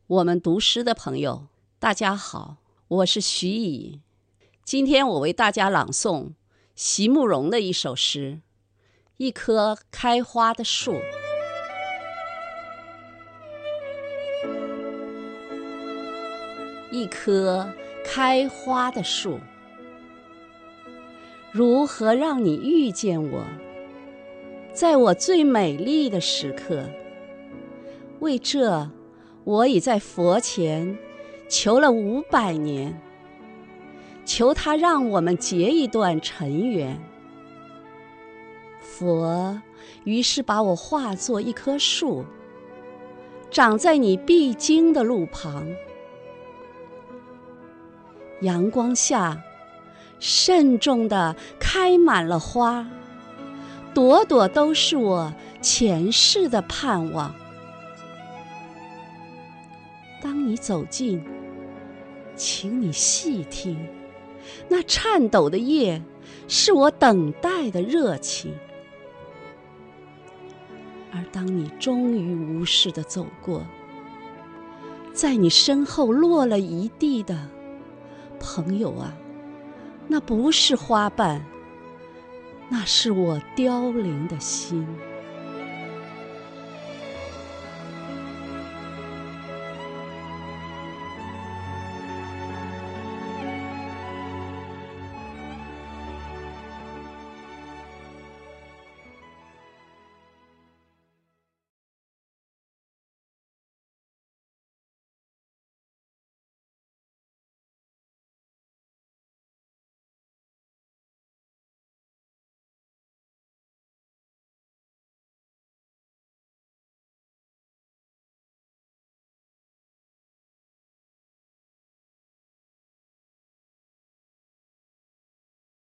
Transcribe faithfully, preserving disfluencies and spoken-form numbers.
我们读诗的朋友，大家好，我是徐乙。今天我为大家朗诵席慕容的一首诗《一棵开花的树》。一棵开花的树，如何让你遇见我，在我最美丽的时刻？为这，我已在佛前求了五百年，求他让我们结一段尘缘。佛于是把我化作一棵树，长在你必经的路旁。阳光下，慎重地开满了花，朵朵都是我前世的盼望。当你走近，请你细听，那颤抖的叶是我等待的热情。而当你终于无视地走过，在你身后落了一地的，朋友啊，那不是花瓣，那是我凋零的心。